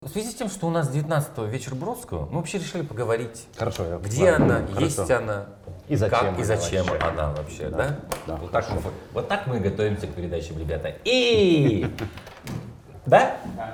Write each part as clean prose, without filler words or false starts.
в связи с тем, что у нас 19-го вечер Бродского, мы вообще решили поговорить, Хорошо, где она, хорошо. есть она, И зачем как и она зачем вообще. она вообще, да? Да, Вот так мы готовимся к передачам, ребята. И... Да?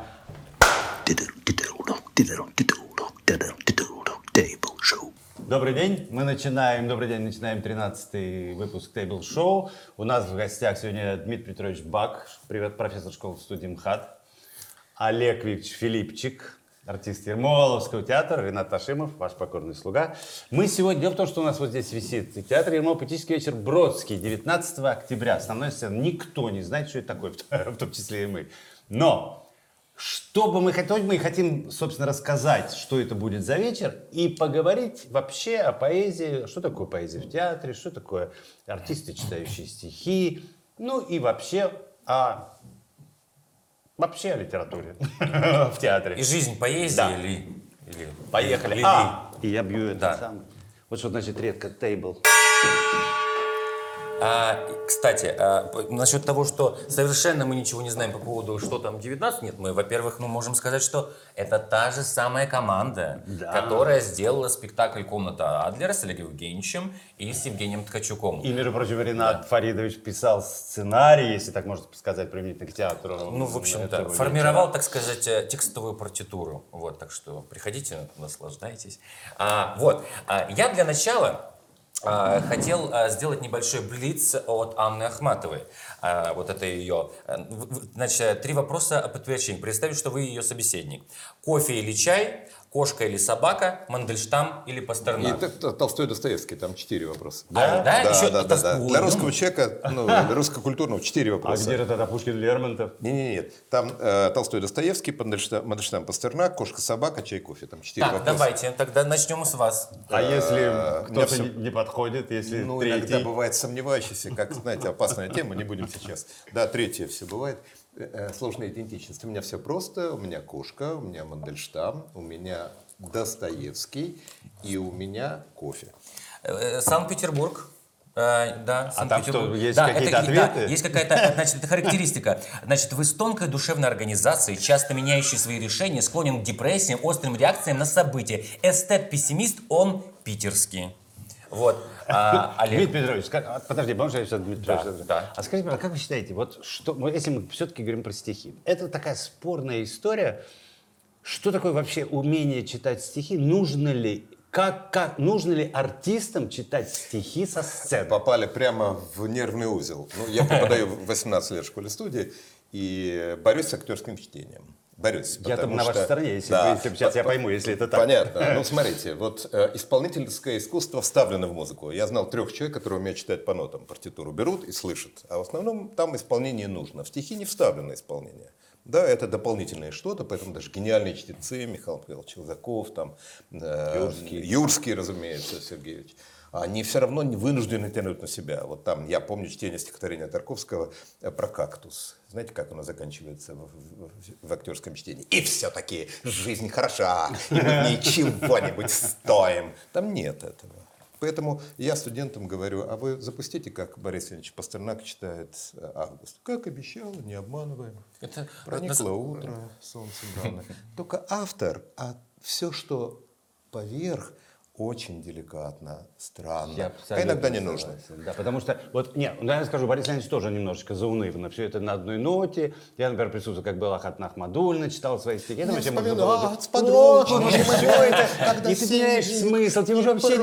Добрый день, добрый день, начинаем 13-й выпуск Table Show. У нас в гостях сегодня Дмитрий Петрович Бак, привет, профессор школы студии МХАТ, Олег Викторович Филипчик, артист Ермоловского театра, Ренат Ташимов, ваш покорный слуга. Мы сегодня, дело в том, что у нас вот здесь висит театр Ермолов, поэтический вечер Бродский, 19 октября, основная сцена. Никто не знает, что это такое, в том числе и мы. Но... Что бы мы хотим, собственно, рассказать, что это будет за вечер, и поговорить вообще о поэзии, что такое поэзия в театре, что такое артисты, читающие стихи, ну и вообще о литературе в театре. И жизнь поэзии Да. или... Поехали. или- И я бью это Да. самое. Вот что значит редко тейбл. Кстати, насчет того, что совершенно мы ничего не знаем по поводу, что там 19, нет, мы, во-первых, можем сказать, что это та же самая команда, Да. которая сделала спектакль «Комната Адлера» с Олегом Евгеньевичем и с Евгением Ткачуком. И, между прочим, Ренат Фаридович писал сценарий, если так можно сказать, применительно к театру. Ну, в общем-то, этого формировал, вечера. так сказать, текстовую партитуру. Вот, так что приходите, наслаждайтесь. Я для начала хотел сделать небольшой блиц от Анны Ахматовой. Вот это ее. Значит, 3 вопроса о подтверждении. Представьте, что вы ее собеседник. Кофе или чай? Кошка или собака? Мандельштам или Пастернак? И Толстой, Достоевский, там 4 вопроса. Да? Еще и да. Толстой. Для русского человека, для русскокультурного 4 А вопроса. где же тогда Пушкин, Лермонтов? Нет. Там Толстой, Достоевский, Мандельштам, Пастернак, кошка, собака, чай, кофе. Там 4 Так, вопроса. давайте, тогда начнем с вас. А если меня кто-то всё- не подходит, если Ну, третий? иногда бывает сомневающийся, как, знаете, опасная тема, не будем сейчас. Да, третье все бывает. Сложная идентичность. У меня все просто. У меня кошка, у меня Мандельштам, у меня Достоевский и у меня кофе. Санкт-Петербург. Да, там Санкт-Петербург. что, есть Да, какие-то ответы? есть какая-то, значит, это характеристика. Значит, вы с тонкой душевной организацией, часто меняющий свои решения, склонен к депрессиям, острым реакциям на события. Эстет-пессимист, он питерский. Вот. Олег. Дмитрий Петрович, подожди, можно я сейчас, Дмитрий Да, Петрович? да. А скажите, как вы считаете, вот что, если мы все-таки говорим про стихи, это такая спорная история, что такое вообще умение читать стихи, нужно ли артистам читать стихи со сцены? Попали прямо в нервный узел. Ну, я преподаю 18 лет в школе-студии и борюсь с актерским чтением. Борюсь. Я там потому на вашей что- стороне, если Да, сейчас я пойму, если это так. Понятно. Ну, смотрите, вот исполнительское искусство вставлено в музыку. Я знал 3 человек, которые умеют читать по нотам. Партитуру берут и слышат. А в основном там исполнение нужно. В стихи не вставлено исполнение. Да, это дополнительное что-то, поэтому даже гениальные чтецы, Михаил Павлович Челзаков, там, Юрский, разумеется, Сергеевич, они все равно не вынуждены тянуть на себя. Вот там, я помню чтение стихотворения Тарковского про кактус. Знаете, как оно заканчивается в актерском чтении? И все-таки жизнь хороша, и мы в ней чего-нибудь стоим. Там нет этого. Поэтому я студентам говорю, а вы запустите, как Борис Ильич Пастернак читает «Август». Как обещал, не обманываем. Проникло утро, солнце брано. Только автор, а все, что поверх, очень деликатно, странно. А иногда не нужно. Да, потому что, я скажу, Борис Леонидович тоже немножечко заунывно. Все это на одной ноте. Я, например, присутствую, как Белахат Нахмадульна читал свои стихи. Это вообще можно было бы- подручнее, Всё это. И ты теряешь смысл, тебе уже вообще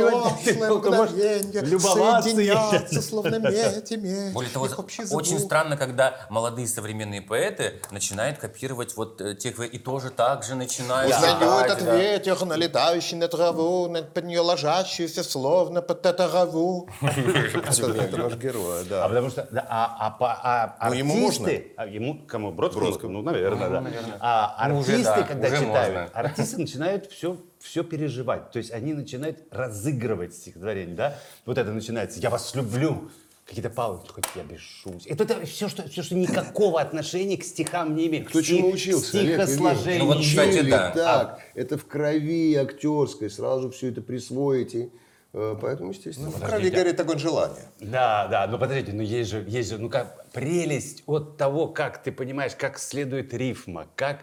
любоваться ей. словно медь, Более того, очень странно, когда молодые современные поэты начинают копировать вот тех и тоже так же начинают. Узнают читать, от да. ветер, налетающий на траву, под нее ложащуюся, словно под татарову. Это наш герой, А да. потому что, Ну, ему можно. ему, кому, Бродскому? Бродскому. Ну, наверное, да. наверное. А Ну, уже артисты, да, когда уже читают, можно. артисты начинают все переживать. То есть они начинают разыгрывать стихотворение, да? Вот это начинается «Я вас люблю», какие-то паузы, хоть я бешусь. Это все, что никакого отношения к стихам не имеет. Кто чему учился, Олег Ильич? Стихосложение. Ну, вот, кстати, Учили да. так. Это в крови актерской. Сразу все это присвоите. Поэтому, естественно. В крови горит огонь желания. Да, но подождите, но есть же, ну как прелесть от того, как ты понимаешь, как следует рифма, как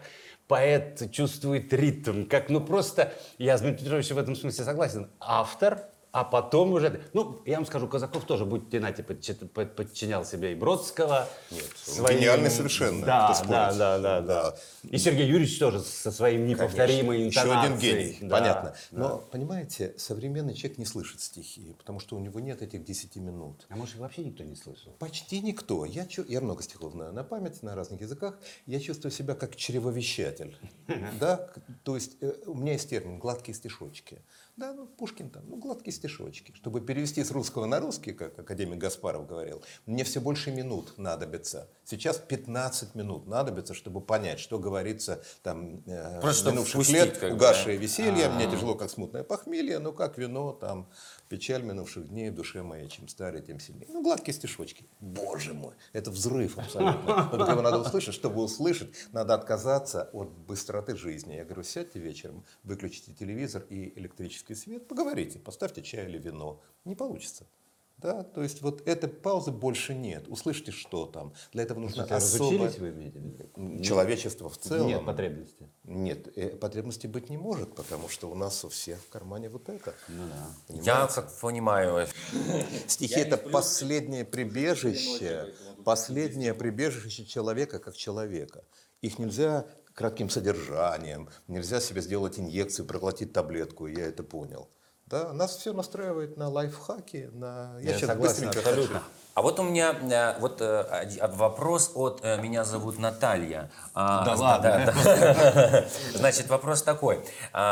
поэт чувствует ритм, как, ну, просто, я с Дмитрием Петровичем в этом смысле согласен, автор, а потом уже, ну, я вам скажу, Казаков тоже, будьте нате, подчинял себе и Бродского. Нет, он гениальный совершенно, кто спорит. Да. И Сергей Юрьевич тоже со своим неповторимой Еще интонацией. один гений, Да, понятно. да. Но, понимаете, современный человек не слышит стихи, потому что у него нет этих 10 минут. А может, их вообще никто не слышал? Почти никто. Я много стихов знаю на память, на разных языках. Я чувствую себя как чревовещатель. Да? То есть у меня есть термин «гладкие стишочки». Да, ну, Пушкин там, ну, гладкие стишочки. Чтобы перевести с русского на русский, как академик Гаспаров говорил, мне все больше минут надобится. Сейчас 15 минут надобится, чтобы понять, что говорится там Просто минувших впустить, лет, как бы, угасшее веселье, мне тяжело, как смутное похмелье, но как вино, там, печаль минувших дней в душе моей, чем старее, тем сильнее. Ну, гладкие стишочки. Боже мой, это взрыв абсолютно. Вот его надо услышать. Чтобы услышать, надо отказаться от быстроты жизни. Я говорю, сядьте вечером, выключите телевизор и электрический свет, поговорите, поставьте чай или вино. Не получится. Да, то есть вот этой паузы больше нет. Услышьте, что там. Для этого нужно особо... Разучились вы, имеете в виду? Человечество в целом. Нет потребности. Нет, потребности быть не может, потому что у нас у всех в кармане вот это. Ну да. Я как понимаю, Стихи — это последнее прибежище человека как человека. Их нельзя кратким содержанием, нельзя себе сделать инъекцию, проглотить таблетку, и я это понял. Да, нас все настраивает на лайфхаки, на... Я сейчас согласен быстренько абсолютно. хочу. А вот у меня вопрос от «Меня зовут Наталья». Да ладно. Да. Значит, вопрос такой.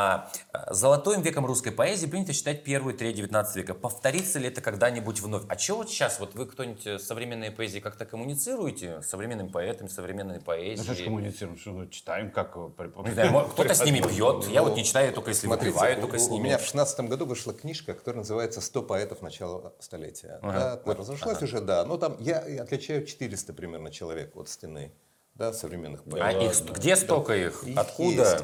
Золотым веком русской поэзии принято считать первую треть 19 века. Повторится ли это когда-нибудь вновь? А что вот сейчас? Вот вы кто-нибудь с современной поэзией как-то коммуницируете? С современными поэтами, с современной Ну, что ж поэзией? коммуницируем, что читаем, как... Не знаю, кто-то с ними пьет. Я вот не читаю, только если выпиваю, только с у ними. меня в 16 году вышла книжка, которая называется «100 поэтов начала столетия». Да, разошлась уже, да. Но там я отличаю 400 примерно человек от стены, да, современных А поэтов. их, где столько их? Откуда?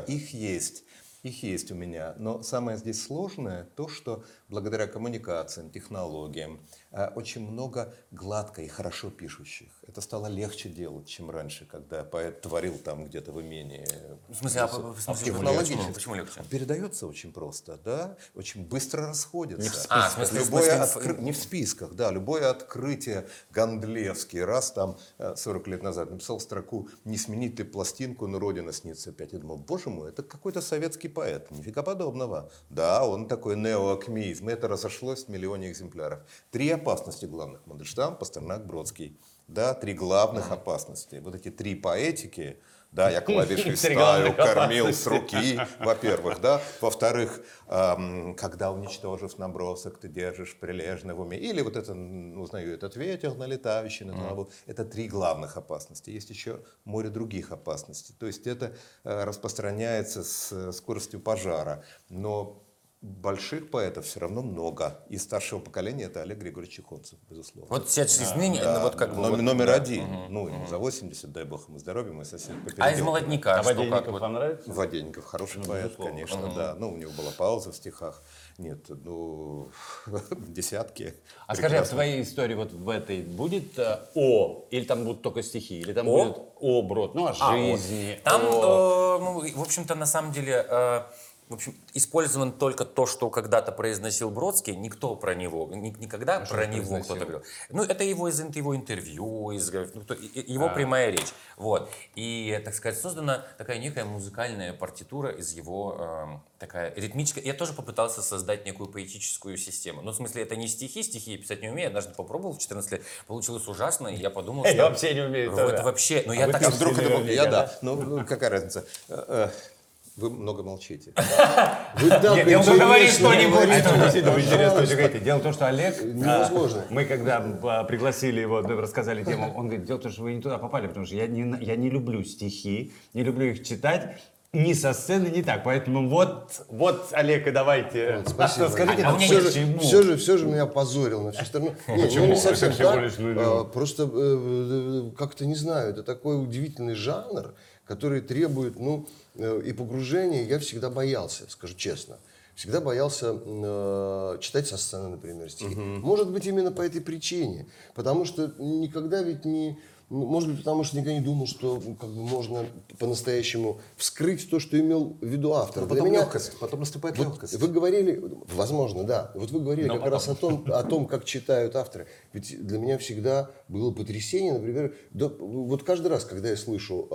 Их есть у меня. Но самое здесь сложное то, что благодаря коммуникациям, технологиям очень много гладко и хорошо пишущих. Это стало легче делать, чем раньше, когда поэт творил там где-то в имении. В смысле, в смысле, Технологически. почему легче? Передается очень просто, да, очень быстро расходится. Не в списках. В смысле, Не в списках, да. Любое открытие Гондлевский раз там 40 лет назад написал строку «Не сменить ты пластинку, но Родина снится опять». Я думал, боже мой, это какой-то советский поэт. Нифига подобного. Да, он такой неоакмеизм. Это разошлось в миллионе экземпляров. 3 опасности главных. Мандельштам, Пастернак, Бродский. Да, 3 главных опасности. Вот эти 3 поэтики. Да, я клавиши стаю кормил с руки, во-первых, да. Во-вторых, когда, уничтожив набросок, ты держишь прилежно в уме. Или вот это, узнаю этот ветер, налетающий на голову. Это 3 главных опасности. Есть еще море других опасностей. То есть это распространяется с скоростью пожара. Но больших поэтов все равно много. Из старшего поколения это Олег Григорьевич Чухонцев, безусловно. Вот сейчас из ныне, вот как бы... вот, Номер да. один. Ну, ему за 80, дай бог ему здоровья, мой сосед. А из попередил. молодняка А что как? Воденников Вот? вам нравится? Воденников хороший поэт, конечно, да. Ну, у него была пауза в стихах. Нет, ну, десятки. А скажи, а в Прекрасно. твоей истории вот в этой будет «о», или там будут только стихи, или там будет «о», Брод, ну, о жизни, Там, о... ну, в общем-то, на самом деле, в общем, использован только то, что когда-то произносил Бродский, никто про него, никогда про него кто-то говорил. Ну, это его из его интервью, его прямая речь. Вот. И, так сказать, создана такая некая музыкальная партитура из его, такая ритмическая. Я тоже попытался создать некую поэтическую систему. Ну, в смысле, это не стихи я писать не умею. Я однажды попробовал в 14 лет, получилось ужасно, и я подумал, что... Я вообще не умею. Это вообще... Ну, я вы так... пишете Вдруг это был... наверняка, Я, да? да. Ну, какая разница? Вы много молчите. Вы так Нет, он говорит интересно что-нибудь. говорите, Это действительно интересно. пожалуйста. Говорите. Дело в том, что Олег, Невозможно. мы когда пригласили его, рассказали тему, он говорит, дело в том, что вы не туда попали, потому что я не люблю стихи, не люблю их читать. Ни со сцены, не так. Поэтому вот Олег, и давайте. Спасибо. Скажите, А у меня все, нет же, все же меня позорил на всю страну. Нет, ну не совсем Всего так. лишь нулю. Просто как-то не знаю, это такой удивительный жанр, который требует, ну, и погружения. Я всегда боялся, скажу честно. Всегда боялся читать со сцены, например, стихи. Может быть, именно по этой причине. Потому что никогда ведь не Ну, может быть, потому что никогда не думал, что как бы можно по-настоящему вскрыть то, что имел в виду автор. Но Для потом меня легкость, потом наступает вот легкость. вы говорили, возможно, да. Вот вы говорили Но как раз о том, как читают авторы. Ведь для меня всегда было потрясение, например, вот каждый раз, когда я слышу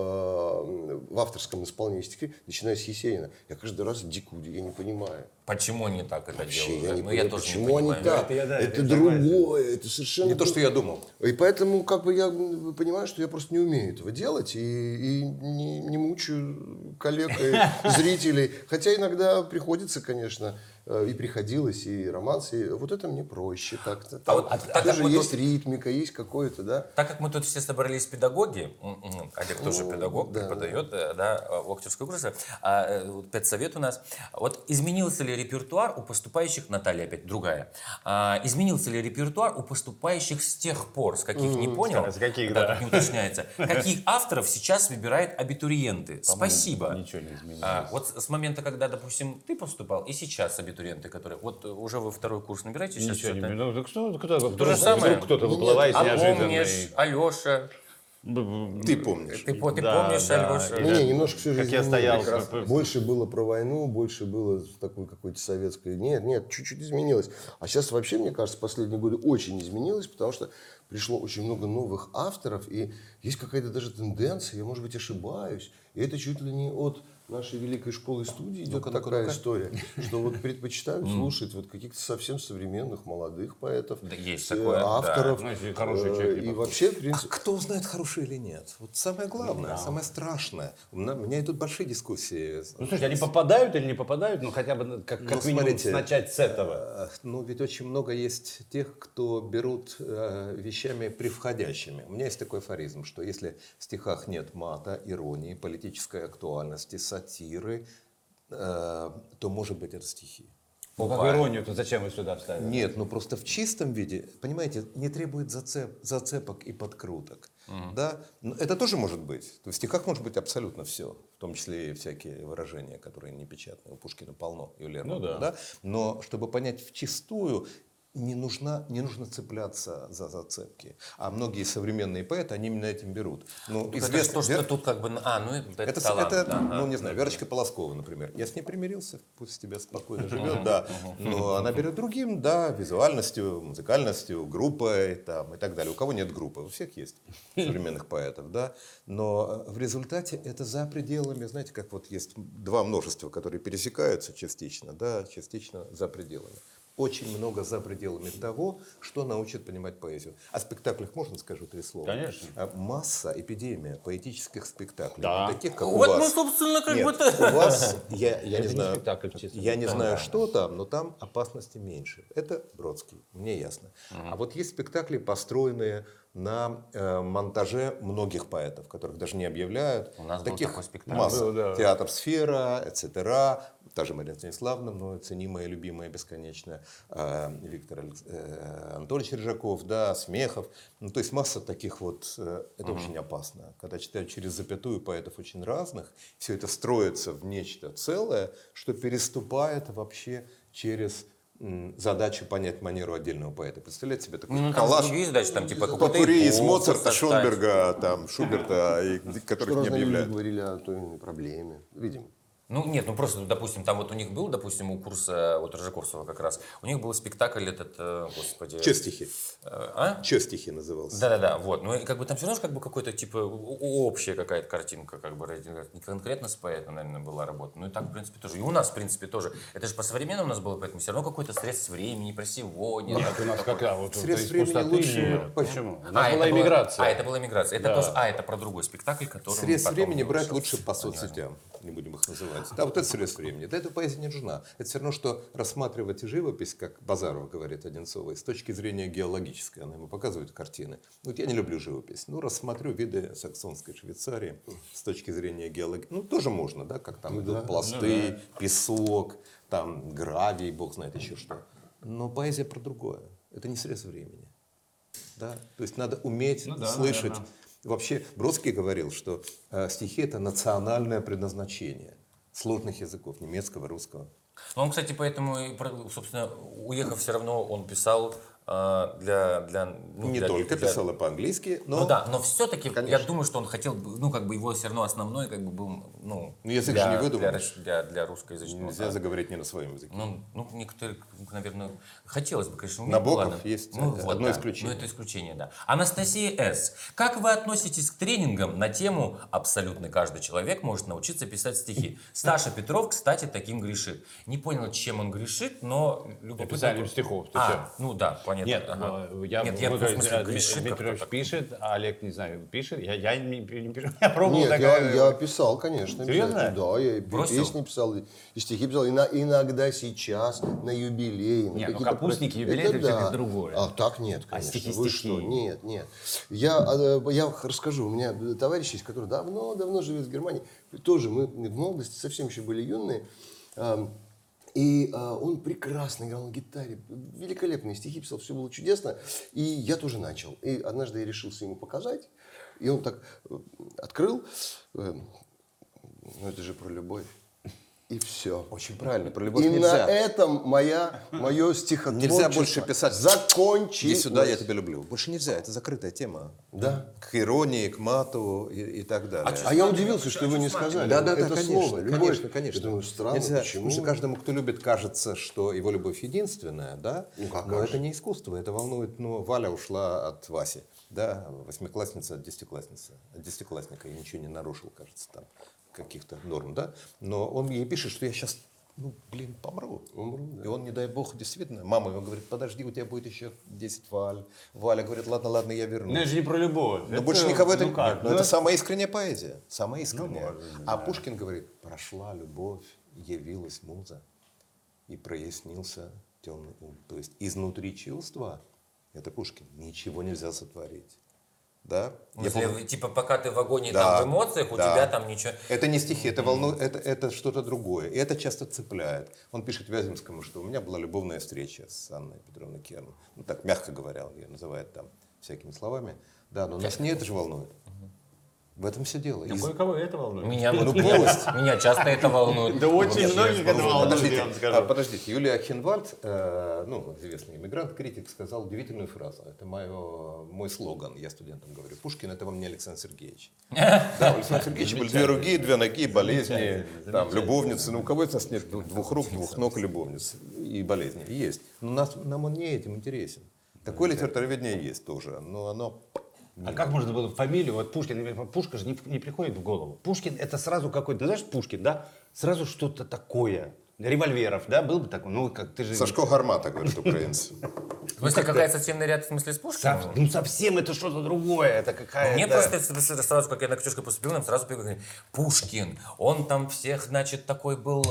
в авторском исполнении стихи, начиная с Есенина, я каждый раз дикую, я не понимаю. Почему они так это Вообще, делают? я да? не Ну, я понимаю, тоже не почему они понимаю. так. Это Это я согласен. другое, это совершенно... Не то, что я думал. И поэтому как бы я понимаю, что я просто не умею этого делать и не мучаю коллег и зрителей. Хотя иногда приходится, конечно, и приходилось, и романс, и вот это мне проще как-то. Там вот так как тоже мы есть тут- ритмика, есть какое-то, да. Так как мы тут все собрались педагоги, Олег тоже Ну, педагог, да. преподает в актерской курсе, вот педсовет у нас. Вот изменился ли репертуар у поступающих, Наталья опять другая, изменился ли репертуар у поступающих с тех пор, с каких не понял, с каких, да, да. тут не уточняется, каких авторов сейчас выбирают абитуриенты? Спасибо. ничего не изменилось. Вот с момента, когда, допустим, ты поступал, и сейчас абитуриенты, которые, вот уже вы второй курс набираете, сейчас Ничего не что-то... изменилось. Ну, кто То же самое. кто-то выплывает А неожиданно. помнишь, Алеша, Ты помнишь. ты Да, помнишь, да. Алеша? Не, немножко все же Как я изменилось. стоял, Больше было про войну, больше было такой какой-то советской. Нет, чуть-чуть изменилось. А сейчас вообще, мне кажется, последние годы очень изменилось, потому что пришло очень много новых авторов, и есть какая-то даже тенденция, я, может быть, ошибаюсь, и это чуть ли не от нашей великой школы студии идет такая история, что вот предпочитают слушать вот каких-то совсем современных молодых поэтов, Да, есть такое, авторов, да. Ну, если хороший человек, и вообще, в А принципе, кто узнает, хороший или нет? Вот самое главное, самое страшное. У меня идут большие дискуссии. Ну, слушайте, они попадают или не попадают? Ну, хотя бы как минимум смотрите, начать с этого. Ну, ведь очень много есть тех, кто берут вещами превходящими. У меня есть такой афоризм, что если в стихах нет мата, иронии, политической актуальности, сатиры, то, может быть, это стихи. Ну, как иронию, то зачем вы сюда вставили? Нет, ну просто в чистом виде, понимаете, не требует зацепок и подкруток. Да? Но это тоже может быть. В стихах может быть абсолютно все, в том числе и всякие выражения, которые не печатные. У Пушкина полно, и у Лермонтова. Ну да. Да? Но чтобы понять вчистую, не нужно цепляться за зацепки. А многие современные поэты, они именно этим берут. Ну, Это то, что тут как бы... это талант. да. ну, не знаю, Верочка Полоскова, например. Я с ней примирился, пусть себя спокойно живет, да. Но она берет другим, да, визуальностью, музыкальностью, группой там, и так далее. У кого нет группы? У всех есть современных поэтов, да. Но в результате это за пределами, знаете, как вот есть два множества, которые пересекаются частично, да, частично за пределами. Очень много за пределами того, что научит понимать поэзию. О спектаклях можно скажу 3 слова? Конечно. Масса, эпидемия поэтических спектаклей. Да. Не таких, как у Вот, вас. ну, собственно, как Нет, бы... у вас, я не не знаю, спектакль, честно я не говоря. знаю, что там, но там опасности меньше. Это Бродский, мне ясно. А вот есть спектакли, построенные на монтаже многих поэтов, которых даже не объявляют. У нас был Таких такой спектакль. масса. Был, да. Театр «Сфера», etc. Та же Марина Станиславовна, но ценимая, любимая бесконечно, Виктор Анатольевич Рыжаков, да, Смехов. Ну, то есть масса таких вот, это очень опасно. Когда читают через запятую поэтов очень разных, все это строится в нечто целое, что переступает вообще через задачу понять манеру отдельного поэта. Представляете себе такой Ну, там коллаж? другие задачи, там, типа, какой-то Попурри из эпоху Моцарта, составить. Шонберга, там, Шуберта, которых не разные люди объявляют. говорили о той или иной проблеме, видимо. Ну, нет, ну просто, допустим, там вот у них был, допустим, у курса вот Рыжаковского как раз, у них был спектакль этот, господи... Че стихи? А? Че стихи назывался? Да-да-да, вот. Ну, и как бы там все равно как бы какой-то, типа, общая какая-то картинка, как бы, не конкретно с поэтом, наверное, была работа. Ну, и так, в принципе, тоже. И у нас, в принципе, тоже. Это же по-современному у нас было, поэтому все равно какой-то средств времени, про сегодня. Нет, там у нас такой- как вот Средств из времени пустоты лучше. нет. Почему? У А, нас это была иммиграция. это была иммиграция. Это Да. тоже, это про другой спектакль, который... Средств потом времени вышел. брать лучше по соцсетям. Не будем их называть. Да, вот это средств времени. Для этого поэзия не нужна. Это все равно, что рассматривать живопись, как Базаров говорит Одинцовой, с точки зрения геологической. Она ему показывает картины. Вот я не люблю живопись. Ну, рассмотрю виды саксонской Швейцарии с точки зрения геологии. Ну, тоже можно, да, как там идут пласты, песок, там гравий, бог знает еще что. Но поэзия про другое. Это не средство времени. Да? То есть надо уметь слышать. наверное. Вообще Бродский говорил, что стихи – это национальное предназначение сложных языков, немецкого, русского. Ну, он, кстати, поэтому, собственно, уехав все равно, он писал Не только писал и по-английски, но... Ну да, но все-таки я Конечно. думаю, что он хотел, ну как бы его все равно основной как бы был, ну... Ну, язык же не выдуманный. Для русскоязычного. Нельзя заговорить не на своем языке. Ну, некоторые, наверное, хотелось бы, конечно, уметь, Набоков ладно. есть Ну, одно да. исключение. Ну, это исключение, да. Анастасия С. Как вы относитесь к тренингам на тему «Абсолютно каждый человек может научиться писать стихи»? Саша Петров, кстати, таким грешит. Не понял, чем он грешит, но... Написанием стихов. Ты чё? Ну да, понятно. Нет, ага. я, Нет, я ну, в смысле Дмитрий грешит как-то Петрович так. пишет, а Олег, не знаю, пишет. Я не пишу. Я пробовал Нет, такое. я писал, конечно. Серьезно? обязательно. Да, я и Бросил? песни писал, и стихи писал. Иногда сейчас, на юбилей. Не, ну, капустники, юбилей — это всё-таки другое. А так нет, конечно. стихи, Вы стихи. что? Нет, нет. Я расскажу. У меня товарищ есть, который давно живет в Германии. Тоже мы в молодости совсем еще были юные. И он прекрасно играл на гитаре, великолепные стихи писал, все было чудесно. И я тоже начал. И однажды я решился ему показать. И он так открыл. Ну, это же про любовь. И все. Очень правильно, про любовь И нельзя. на этом мое стихотворчество Нельзя больше писать закончилось. «Иди сюда, я тебя люблю». Больше нельзя, это закрытая тема. Да. К иронии, к мату и так далее. А я удивился, что вы не сказали. Да, это конечно, слово, любовь. конечно. Я думаю, странно, Нельзя, почему? потому что каждому, кто любит, кажется, что его любовь единственная, да? Ну, как Но же. это не искусство, это волнует. Ну, Валя ушла от Васи, да, восьмиклассница от десятиклассника, и ничего не нарушил, кажется, там каких-то норм, да? Но он ей пишет, что я сейчас, помру. И он, не дай бог, действительно, мама ему говорит, подожди, у тебя будет еще 10 Валь. Валя говорит, ладно, я вернусь. Ну, это же не про любовь. Но больше никого это ну не... как? Но Ну, это самая искренняя поэзия. Самая искренняя. может быть, А Пушкин говорит, прошла любовь, явилась муза, и прояснился темный ум. То есть изнутри чувства, это Пушкин, ничего нельзя сотворить. Да? Если, типа, пока ты в вагоне Да, там в эмоциях, у да. тебя там ничего... Это не стихи, это это что-то другое. И это часто цепляет. Он пишет Вяземскому, что у меня была любовная встреча с Анной Петровной Керн. Ну так, мягко говоря, он ее называет там всякими словами. Да, но нас не это же волнует. В этом все дело. Ну, кое-кого это волнует. Меня часто это волнует. Да очень многих это волнует, я вам скажу. Подождите, Юлия Хинвальд, известный иммигрант, критик, сказал удивительную фразу. Это мой слоган, я студентам говорю. Пушкин — это вам не Александр Сергеевич. Да, у Александра Сергеевича были 2 руки, 2 ноги, болезни, там, любовницы. Ну, у кого из нас нет 2 рук, 2 ног и любовниц? И болезни. Есть. Но нам он не этим интересен. Такое литературоведение есть тоже, но оно... А как можно было фамилию, вот Пушкин, Пушка же не приходит в голову. Пушкин это сразу какой-то, знаешь, Пушкин, да? Сразу что-то такое. Револьверов, да, был бы такой, ну как ты же... Сашко Гармата, говорят украинцы. В смысле, какая совсем ряд в смысле с Пушкиным? Ну совсем это что-то другое, это какая-то... Мне просто сразу, как я на Катюшке поступил, нам сразу говорили, Пушкин, он там всех, значит, такой был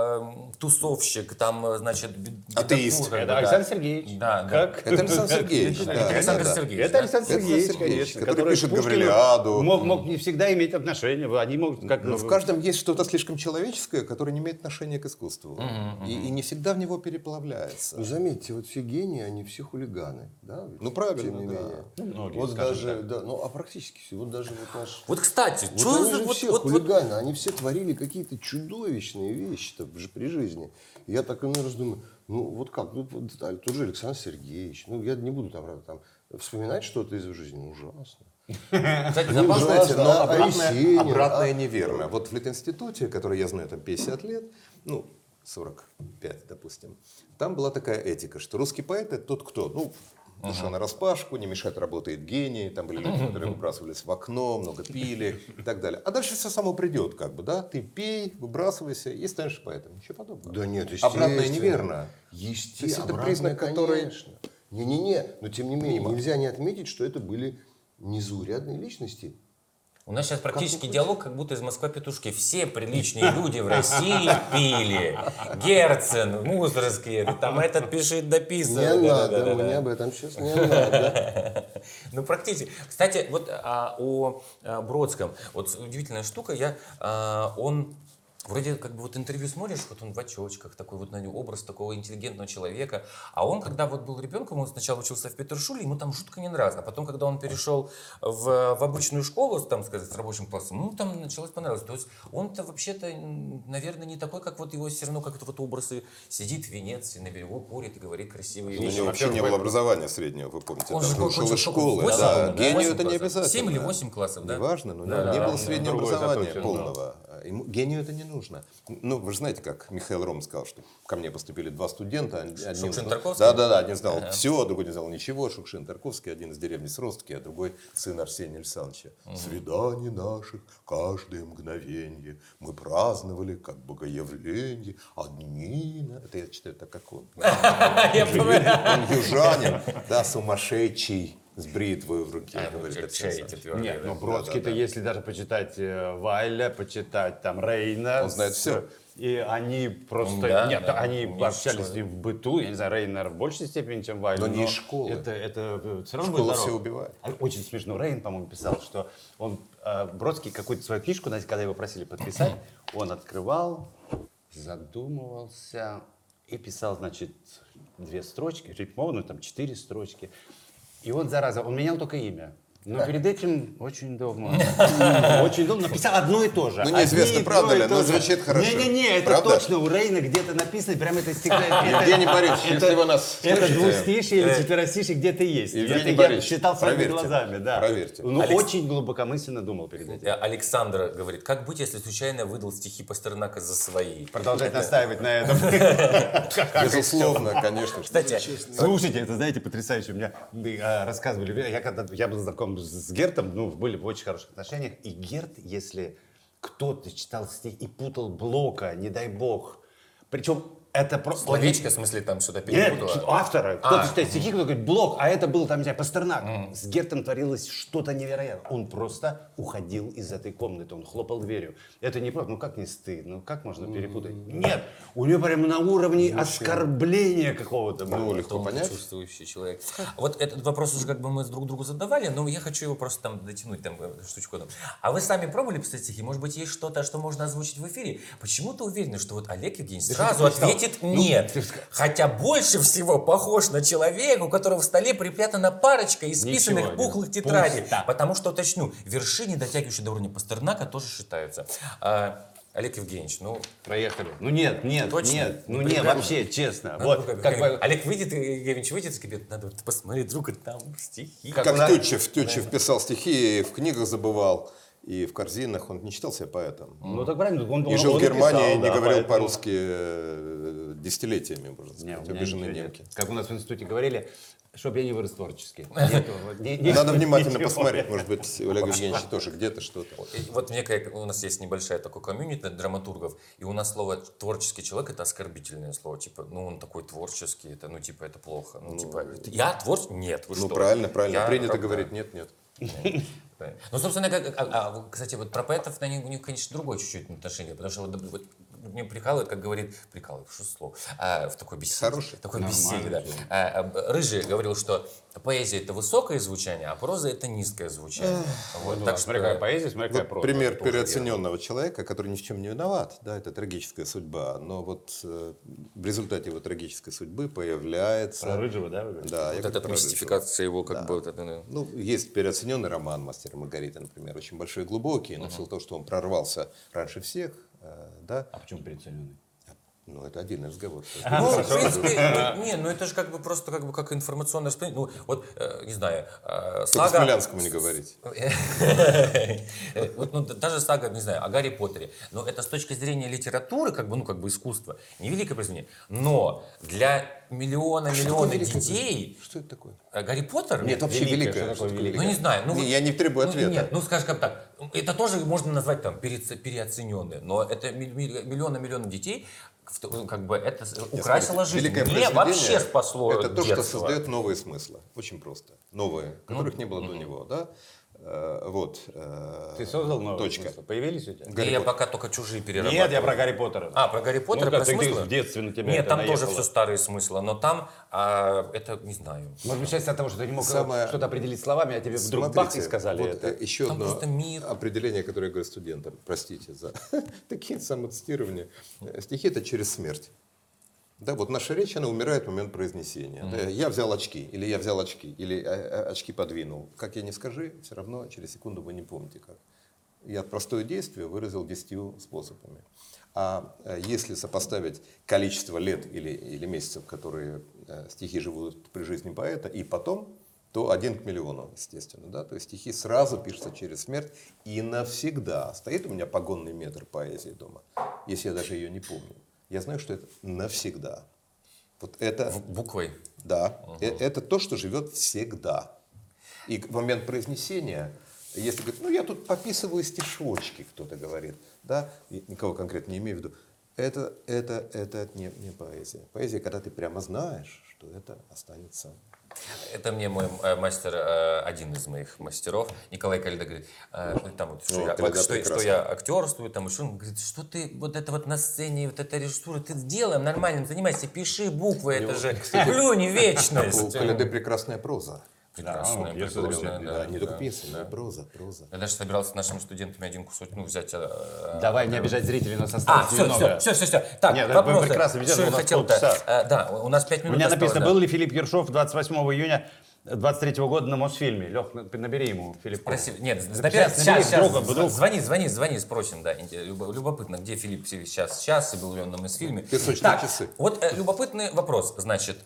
тусовщик, там, значит, Атеист. бедокур, Это да. Александр Сергеевич. Да, да. Как? Это Александр Сергеевич. Это да, Александр да, да. Сергеевич. Это да? Александр Сергеевич, Сергеевич, конечно. который пишет к Пушкину Гаврилиаду. Мог не всегда иметь отношение, они могут как... Но в каждом есть что-то слишком человеческое, которое не имеет отношения к искусству. И не всегда в него переплавляется. Ну, заметьте, вот все гении, они все хулиганы. Да? Ведь, Ну, правильно, тем не да. менее. многие, Вот скажем даже, так. да, ну, а практически все. Вот даже вот наш... Вот, кстати, Вот что они за... же вот- все вот- вот- хулиганы, они все творили какие-то чудовищные вещи-то при жизни. И я так иной раз думаю, ну вот как, ну, вот, тот же Александр Сергеевич, ну я не буду там вспоминать что-то из его жизни, ну, ужасно. Кстати, Ну, забавно, Знаете, но ужасно. Есенин, обратное неверно. Вот в Литинституте, который я знаю, там 50 лет, ну, 45, допустим, там была такая этика, что русский поэт — это тот, кто, душа нараспашку, не мешает, работает гений, там были люди, которые выбрасывались в окно, много пили и так далее. А дальше все само придет, как бы, да, ты пей, выбрасывайся и станешь поэтом. Ничего подобного. Да нет, Обратное неверно. То есть Естественно, это признак, который... конечно. Не-не-не, но тем не менее, нельзя не отметить, что это были незаурядные личности. у нас сейчас практически диалог, как будто из Москва-Петушки. Все приличные люди в России пили. Герцен, Мусоргский, там этот пишет, Не дописывает. надо, мне об этом сейчас не надо. Ну, практически. Кстати, вот о Бродском. Вот удивительная штука. Он Вроде как бы вот интервью смотришь, вот он в очочках, такой вот на него образ такого интеллигентного человека. А он, когда вот был ребенком, он сначала учился в Петершуле, ему там жутко не нравилось. А потом, когда он перешел в обычную школу, там, сказать, с рабочим классом, ну, там началось понравилось. То есть он-то вообще-то, наверное, не такой, как вот его все равно, как это вот образы, сидит в Венеции, на берегу курит и говорит красивые У вещи. него вообще не было образования среднего, вы помните. Он там же ушел кончил из школы. восемь, Да, да? гению Восемь это не классов. обязательно. 7 или 8 классов, да? Неважно, но Да, не да, было да, среднего другое образования заточено, полного. Гению это не нужно. Ну, вы же знаете, как Михаил Ром сказал, что ко мне поступили 2 студента. Один Шукшин, знал- Тарковский? Да, один знал все, другой не знал ничего. Шукшин, Тарковский, один из деревни Сростки, а другой сын Арсения Александровича. Свиданий наших каждое мгновенье мы праздновали как богоявление. Одни... Это я читаю так, как он. Я понимаю. Он южанин, да, сумасшедший, с бритвой в руке, говорит Александр. Нет, ну Бродский-то, если даже почитать Вайля, почитать там Рейна. Он знает всё. И они просто... Да, нет, да, они умнейший общались с ним в быту. Я не знаю, Рейн, наверное, в большей степени, чем Вайль. Но не из школы. Это все равно Школа будет все здорово. убивает. Очень смешно. Рейн, по-моему, писал, что он, Бродский какую-то свою книжку, знаете, когда его просили подписать, он открывал, задумывался и писал, значит, 2 строчки, рифмованную, там 4 строчки. И он, зараза, он менял только имя. Но перед этим очень давно. Очень давно написал одно и то же. Ну, неизвестно, Одни и правда то и ли, то но же. звучит хорошо. Не-не-не, это Правда? точно у Рейна где-то написано, прямо это стихотворение. Евгений Борисович, если вы нас Это слышите, двустишие или четверостишие где-то есть. Евгений Я Борисович, считал своими проверьте. глазами, да. Проверьте. Ну, Алекс- очень глубокомысленно думал перед этим. Александр говорит, как быть, если случайно выдал стихи Пастернака за свои? Продолжать настаивать на этом. безусловно, конечно. Кстати, Слушайте, это, знаете, потрясающе. У меня рассказывали, я был знаком с Гертом, ну, были в очень хороших отношениях. И Герт, если кто-то читал стих и путал Блока, не дай бог, причем это просто... словечко, в смысле, там что-то Нет, перепутало. автора. Кто-то читает стихи, кто говорит Блок, а это был там, не знаю, Пастернак. С Гертом творилось что-то невероятное. Он просто уходил из этой комнаты, он хлопал дверью. Это не просто, ну как не стыдно, ну как можно перепутать? Нет, у него прямо на уровне оскорбления какого-то было. Ну, легко понять. Чувствующий человек. Вот этот вопрос уже как бы мы друг другу задавали, но я хочу его просто там дотянуть, там, штучку. А вы сами пробовали писать стихи? Может быть, есть что-то, что можно озвучить в эфире? Почему-то уверены, что вот Олег Евгеньевич сразу ответит нет. Хотя больше всего похож на человека, у которого в столе припрятана парочка исписанных Ничего, пухлых нет. тетрадей. Пусто. Потому что, уточню, вершины, дотягивающие до уровня Пастернака, тоже считаются. Олег Евгеньевич, ну... Проехали. Ну нет, Точно? нет, ну Ну, нет, прекрасно. вообще, честно. Надо, Вот, ну, как бы, Олег выйдет, Евгеньевич выйдет из кабинета, надо вот посмотреть, друг, там стихи. Как Как у нас- Тютчев писал стихи, и в книгах забывал, и в корзинах. Он не считал себя поэтом. ну так правильно, он И жил в он Германии, писал, и не да, говорил поэтому- по-русски десятилетиями, можно Не, сказать. у меня Обиженные ничего немки. нет. Как у нас в институте говорили, чтобы я не вырос творчески. Нету, вот, Надо внимательно ничего. посмотреть. Может быть, у Олега Евгеньевича тоже где-то что-то. И вот мне как у нас есть небольшая такой комьюнити драматургов, и у нас слово творческий человек это оскорбительное слово, типа, ну он такой творческий, это, ну типа это плохо, ну типа я творческий, нет, вы Ну, что? правильно. Я Принято правда. говорить нет. Правильно. Ну, собственно, кстати, вот про поэтов у них, конечно, другое чуть-чуть отношение, потому что вот мне прикалывает, как говорит, прикалывает, что слово, в такой беседе. Хороший. Такой Нормально, беседе, да. Рыжий говорил, что поэзия это высокое звучание, а проза это низкое звучание. Вот, Ну, так смотри, какая поэзия, смотри, какая Вот проза. пример Тоже переоцененного человека, который ни в чем не виноват. Да, это трагическая судьба. Но вот в результате его трагической судьбы появляется... Про Рыжего, да, вы говорите? Да, я вот говорю эта про мистификация его как Да. бы... вот это, Ну, есть переоцененный роман «Мастер и Маргарита», например, очень большой и глубокий, но в силу того, что он прорвался раньше всех, да, А почему переоцененный? ну, это отдельный разговор. Ну, в принципе, не, ну это же как бы просто как информационное распространение. Ну, вот, не знаю, Только сага... Смелянскому не говорить. Вот, ну, даже сага, не знаю, о Гарри Поттере. Но это с точки зрения литературы, как бы, ну, как бы искусства, невеликое произведение. Но для миллиона детей Что это такое? Гарри Поттер... Нет, вообще Великое, великое. что такое Что великое? Ну, не знаю. Ну, Не, вот- я не требую ну, ответа. Нет, ну, скажем так, это тоже можно назвать там переоцененное. Но это миллиона детей, как бы это украсило жизнь. Великое Мне произведение вообще спасло это то, что детство. создает новые смыслы. Очень просто. Новые, которых не было до него. Да? Вот. Ты создал новые Точка. смыслы? Появились у тебя? Да я пока только чужие перерабатываю. Нет, я про Гарри Поттера. А, про Гарри Поттера, Ну да, про ты смыслы? в детстве на тебя Нет, это там тоже наехало. все старые смыслы, но там это не знаю. Может быть, часть от того, что ты не мог Самое- что-то определить словами, а тебе вдруг бах и сказали вот, это. еще Там одно просто мир. определение, которое я говорю студентам. Простите за такие самоцитирования. Стихи — это через смерть. Да, вот наша речь, она умирает в момент произнесения. Да, я взял очки, или я взял очки, или очки подвинул. Как я не скажи, все равно через секунду вы не помните как. Я простое действие выразил 10 способами. А если сопоставить количество лет или месяцев, которые стихи живут при жизни поэта, и потом, то 1 к миллиону, естественно. Да? То есть стихи сразу пишутся через смерть и навсегда. Стоит у меня погонный метр поэзии дома, если я даже ее не помню. Я знаю, что это навсегда. Вот это, Буквой. да, это то, что живет всегда. И в момент произнесения, если говорит, ну я тут пописываю стишочки, кто-то говорит, да, и никого конкретно не имею в виду, это не поэзия. Поэзия, когда ты прямо знаешь, что это останется. Это мне мой мастер, один из моих мастеров, Николай Калида, говорит, там вот, что, Калида что прекрасно. я актерствую, там еще, он говорит, что ты вот это вот на сцене, вот эта режиссура, ты делаем нормально, занимайся, пиши буквы, это же плюнь в У вечность. Калиды прекрасная проза. Прекрасная, Да, пьесы прекрасная, были, да, Не да. только пьесы, но и проза. Я даже собирался с нашими студентами один кусок, взять. Давай не обижать зрителей, у нас осталось немного. все. Так, Нет, вопросы. вы прекрасно ведете, Что у я нас хотел-то? полчаса. Да, у нас 5 У минут меня осталось, написано, да. был ли Филипп Ершов 28 июня 23 года на Мосфильме. Лех, набери ему, Филипп. Спроси, нет, Сейчас набери, вдруг. звони, спросим, да. Любопытно, где Филипп сейчас, и был ли он на Мосфильме. Песочные Так, часы. вот любопытный вопрос, значит,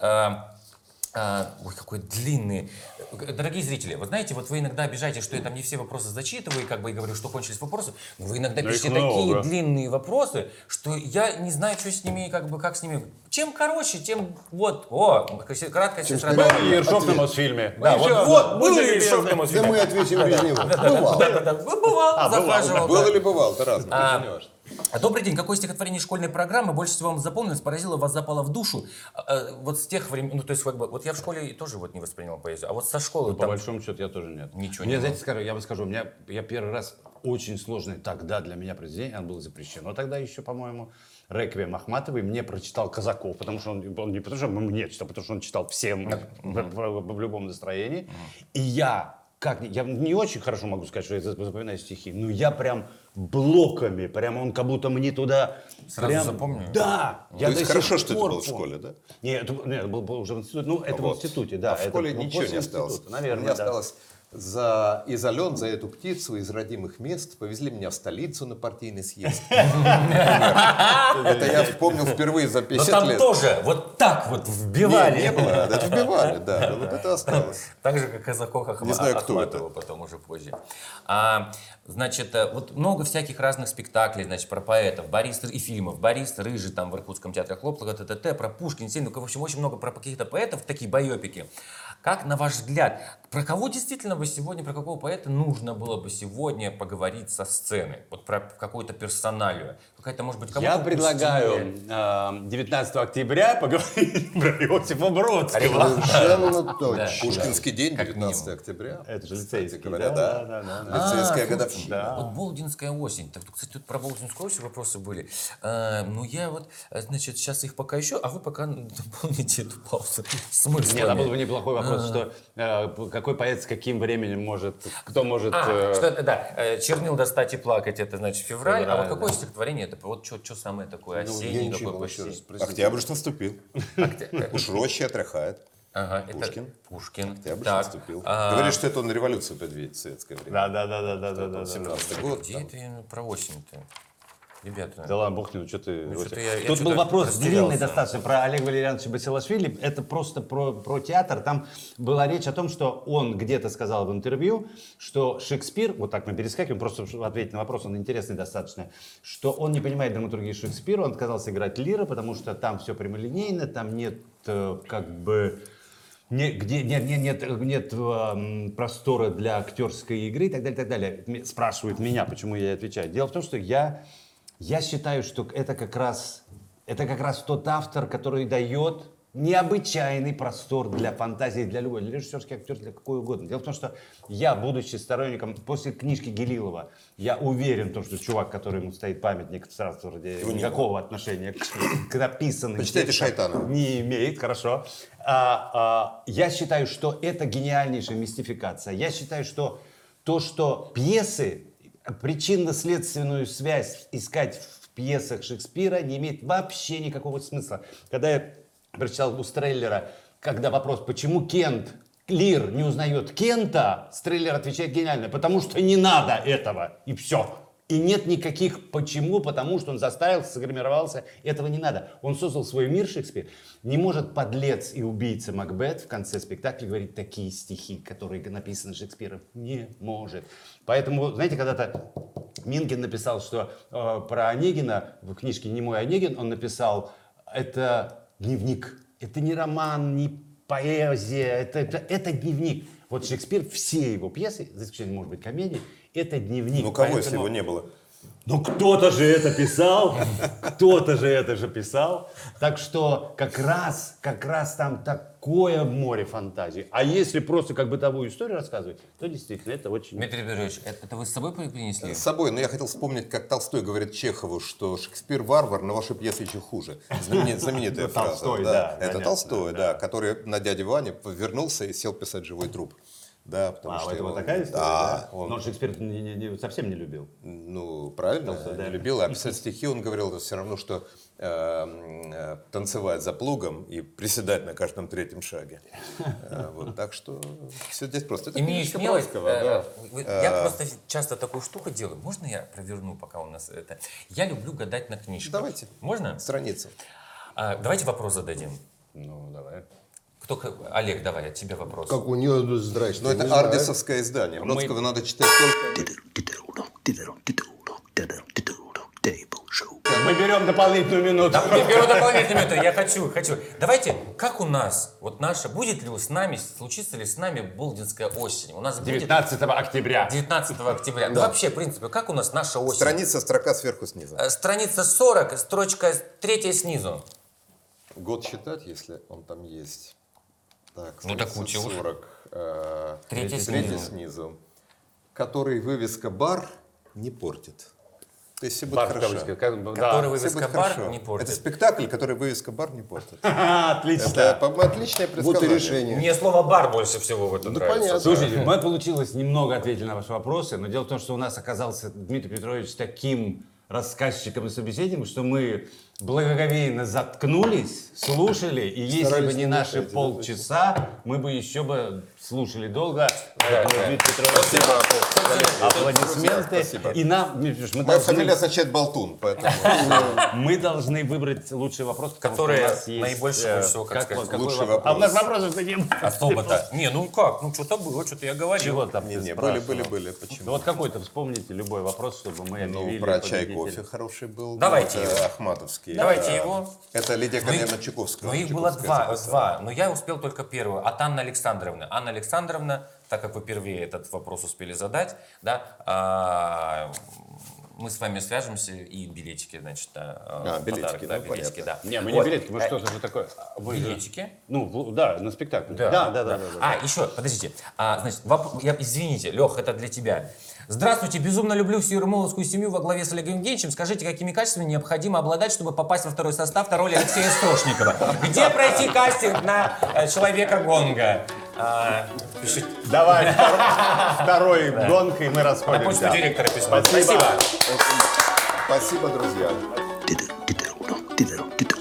ой, какой длинный. Дорогие зрители, вы знаете, вот вы иногда обижаетесь, что я там не все вопросы зачитываю, как бы и говорю, что кончились вопросы, но вы иногда Ну, их пишете много. такие длинные вопросы, что я не знаю, что с ними, как с ними. Чем короче, тем вот, краткая сестра. Был ли Ершов на Мосфильме? Да, И всё, вот, был будьте ли Ершов любезны. на Мосфильме? Да мы ответим без него. Бывало. Да, бывал, захаживал. Был да. или бывал, это разное, понимаешь. Добрый день. Какое стихотворение школьной программы больше всего вам запомнилось, поразило вас, запало в душу? Вот с тех времен, ну то есть как бы, вот я в школе тоже вот не воспринимал поэзию, а вот со школы По там... большому счету я тоже нет. Ничего Мне, не знаете, я вам скажу, я первый раз очень сложное тогда для меня произведение, оно было запрещено тогда еще, по-моему, «Реквием» Ахматовой мне прочитал Казаков, потому что он не потому что мне читал, потому что он читал всем в любом настроении. И я не очень хорошо могу сказать, что я запоминаю стихи, но я прям блоками, прям он как будто мне туда... Сразу прям, запомнил? Да! То есть до хорошо, сих что это пор было в помню. школе, да? Нет, это был уже в институте. Ну, это Вот. в институте, да. А в школе это ничего после не осталось. института, наверное, Мне да. осталось из Ален, за эту птицу из родимых мест повезли меня в столицу на партийный съезд. Это я вспомнил впервые за Но 50 там лет. тоже вот так вот вбивали. Не было, это вбивали, да. Вот это осталось. Так же, как Казаков Не знаю, кто Ахматова потом уже позже. Значит, вот много всяких разных спектаклей, значит, про поэтов, и фильмов. Борис Рыжий там в Иркутском театре Хлопова, т.т., про Пушкина, Сильного, в общем, очень много про каких-то поэтов, такие байопики. Как, на ваш взгляд, про кого действительно бы сегодня, про какого поэта нужно было бы сегодня поговорить со сцены? Вот про какую-то персоналию. Какая-то, может быть, Я кого-то предлагаю 19 октября поговорить про Иосифа Бродского. Совершенно точно. Пушкинский день, Как 19 октября. Это же Кстати лицейский, говоря, да. Лицейская годовщина. Вот Болдинская осень. Так, кстати, тут про Болдинскую осень вопросы были. Ну, я вот, значит, сейчас их пока еще, а вы пока дополните эту паузу смыслами. Нет, а был бы неплохой вопрос, что какой поэт с каким временем может, кто может... Что это, да, чернил достать и плакать, это значит февраль, а вот Февраль, какое стихотворение, это вот что самое такое, Ну, осенний, я ничего какой еще раз, почти. простите. Октябрь ж наступил. Уж роща отряхает. Ага, это Пушкин. Пушкин. Октябрь Так, наступил. Говорит, что это он революцию предвидит в советское время. Да. 17-й год. где это про осень-то? Ребята. Да ладно, бог ты, что ты... что-то я Тут был что-то вопрос длинный растерялся. достаточно про Олега Валерьяновича Басилашвили. Это просто про театр. Там была речь о том, что он где-то сказал в интервью, что Шекспир, вот так мы перескакиваем, просто чтобы ответить на вопрос, он интересный достаточно, что он не понимает драматургии Шекспира, он отказался играть Лира, потому что там все прямолинейно, там нет как бы... нет простора для актерской игры и так далее, так далее. Спрашивают меня, почему я отвечаю. Дело в том, что я считаю, что это как раз тот автор, который дает необычайный простор для фантазии, для любой, для режиссерских актеров, для какой угодно. Дело в том, что я, будучи сторонником, после книжки Гелилова, я уверен в том, что чувак, который ему стоит памятник, сразу вроде никакого отношения к написанным Почитайте текстам Шайтанова. не имеет, хорошо. Я считаю, что это гениальнейшая мистификация. Я считаю, что то, что пьесы, причинно-следственную связь искать в пьесах Шекспира не имеет вообще никакого смысла. Когда я прочитал у Стреллера, когда вопрос, почему Кент, Лир не узнает Кента, Стреллер отвечает гениально, потому что не надо этого, и все. И нет никаких почему, потому что он заставился, сгримировался, этого не надо. Он создал свой мир, Шекспир. Не может подлец и убийца Макбет в конце спектакля говорить такие стихи, которые написаны Шекспиром. Не может. Поэтому, знаете, когда-то Минкин написал, что про Онегина в книжке «Немой Онегин» он написал, это дневник. Это не роман, не поэзия, это дневник. Вот Шекспир, все его пьесы, за исключением, может быть, комедии, это дневник. Ну, кого, Поэтому- если его не было? Ну, кто-то же это писал, кто-то же это же писал. Так что как раз там такое море фантазии. А если просто как бытовую историю рассказывать, то действительно это очень... Дмитрий Петрович, это вы с собой принесли? С собой, но я хотел вспомнить, как Толстой говорит Чехову, что Шекспир варвар, но ваши пьесы еще хуже. Знаменитая фраза. Толстой, да, Это понятно, Толстой, да, который на дяде Ване вернулся и сел писать «Живой труп». Да, потому что это его- вот такая история? Да, Но он Шекспир совсем не любил. Ну, правильно, Толстой, да. не любил. А писать стихи он говорил, это все равно, что танцевать за плугом и приседать на каждом третьем шаге. Вот, так что все здесь просто. Это Имею книжка смелость. Бродского, да. Я просто часто такую штуку делаю. Можно я проверну, пока у нас это? Я люблю гадать на книжках. Давайте. Можно? Страница. Давайте вопрос зададим. Ну, давай. Олег, давай, от тебя вопрос. Как у нее, здрасте. Но не это знаю. ардисовское издание. Бродского надо читать только... Мы берем дополнительную минуту. Да, я беру дополнительную минуту, я хочу. Давайте, как у нас, вот наша, будет ли с нами, случится ли с нами Болдинская осень? У нас будет 19 октября. 19 октября. Ну, вообще, в принципе, как у нас наша осень? Страница, строка сверху снизу. Страница 40, строчка 3 снизу. Год считать, если он там есть. Так, Ну, так страница учи уж. 40. Третий Третий снизу. снизу. Который вывеска «бар» не портит. То есть все будет Бар в хорошо. кавычках. Который Все вывеска будет бар хорошо. не портит. Это спектакль, который вывеска «бар» не портит. Отлично. Это, по-моему, отличное Вот предсказание. и решение. Мне слово бар больше всего в этом Да нравится. понятно. Слушайте, мы получилось немного ответили на ваши вопросы, но дело в том, что у нас оказался Дмитрий Петрович таким рассказчиком и собеседником, что мы благоговейно заткнулись, слушали, и если Старались бы не не наши мешать, да, полчаса, мы бы еще бы слушали долго. Поэтому, Дмитрий Петрович, Спасибо. аплодисменты. Спасибо. И нам, Дмитрий Петрович, Моя фамилия означает «болтун», поэтому... мы должны выбрать лучший вопрос, потому что Которые у нас есть, наибольше всего, как сказать, какой лучший вопрос? А у нас вопросов не было. Особо-то. Не, ну как? Ну что-то было, что-то я говорил. Чего там Не, ты не, спрашивал? были. Почему? Ну, вот какой-то вспомните любой вопрос, чтобы мы объявили Ну, про чай, победителя. кофе хороший был. Давайте Это его. Ахматовский. Давайте его. Это Лидия Ну, Корнеевна Чуковская. Ну, их было Чуковская два, записала. но я успел только первую, от Анны Александровны. Анна Александровна, так как вы впервые этот вопрос успели задать, да, мы с вами свяжемся и билетики, значит, билетики, подарок, да, ну, билетики, да. Не, мы Вот. не билетки, мы что-то же такое. Вы же- Билетики. Ну, да, на спектакль. Да. Да. Еще, подождите. Значит, извините, Лех, это для тебя. Здравствуйте, безумно люблю всю ермоловскую семью во главе с Олегом Евгеньевичем. Скажите, какими качествами необходимо обладать, чтобы попасть во второй состав на роль Алексея Строшникова? Где пройти кастинг на Человека-гонга? Пишите. Давай, второй гонка, и мы На почту расходимся. директора письмо. Спасибо. Спасибо, друзья. Diddle, diddle, diddle, diddle.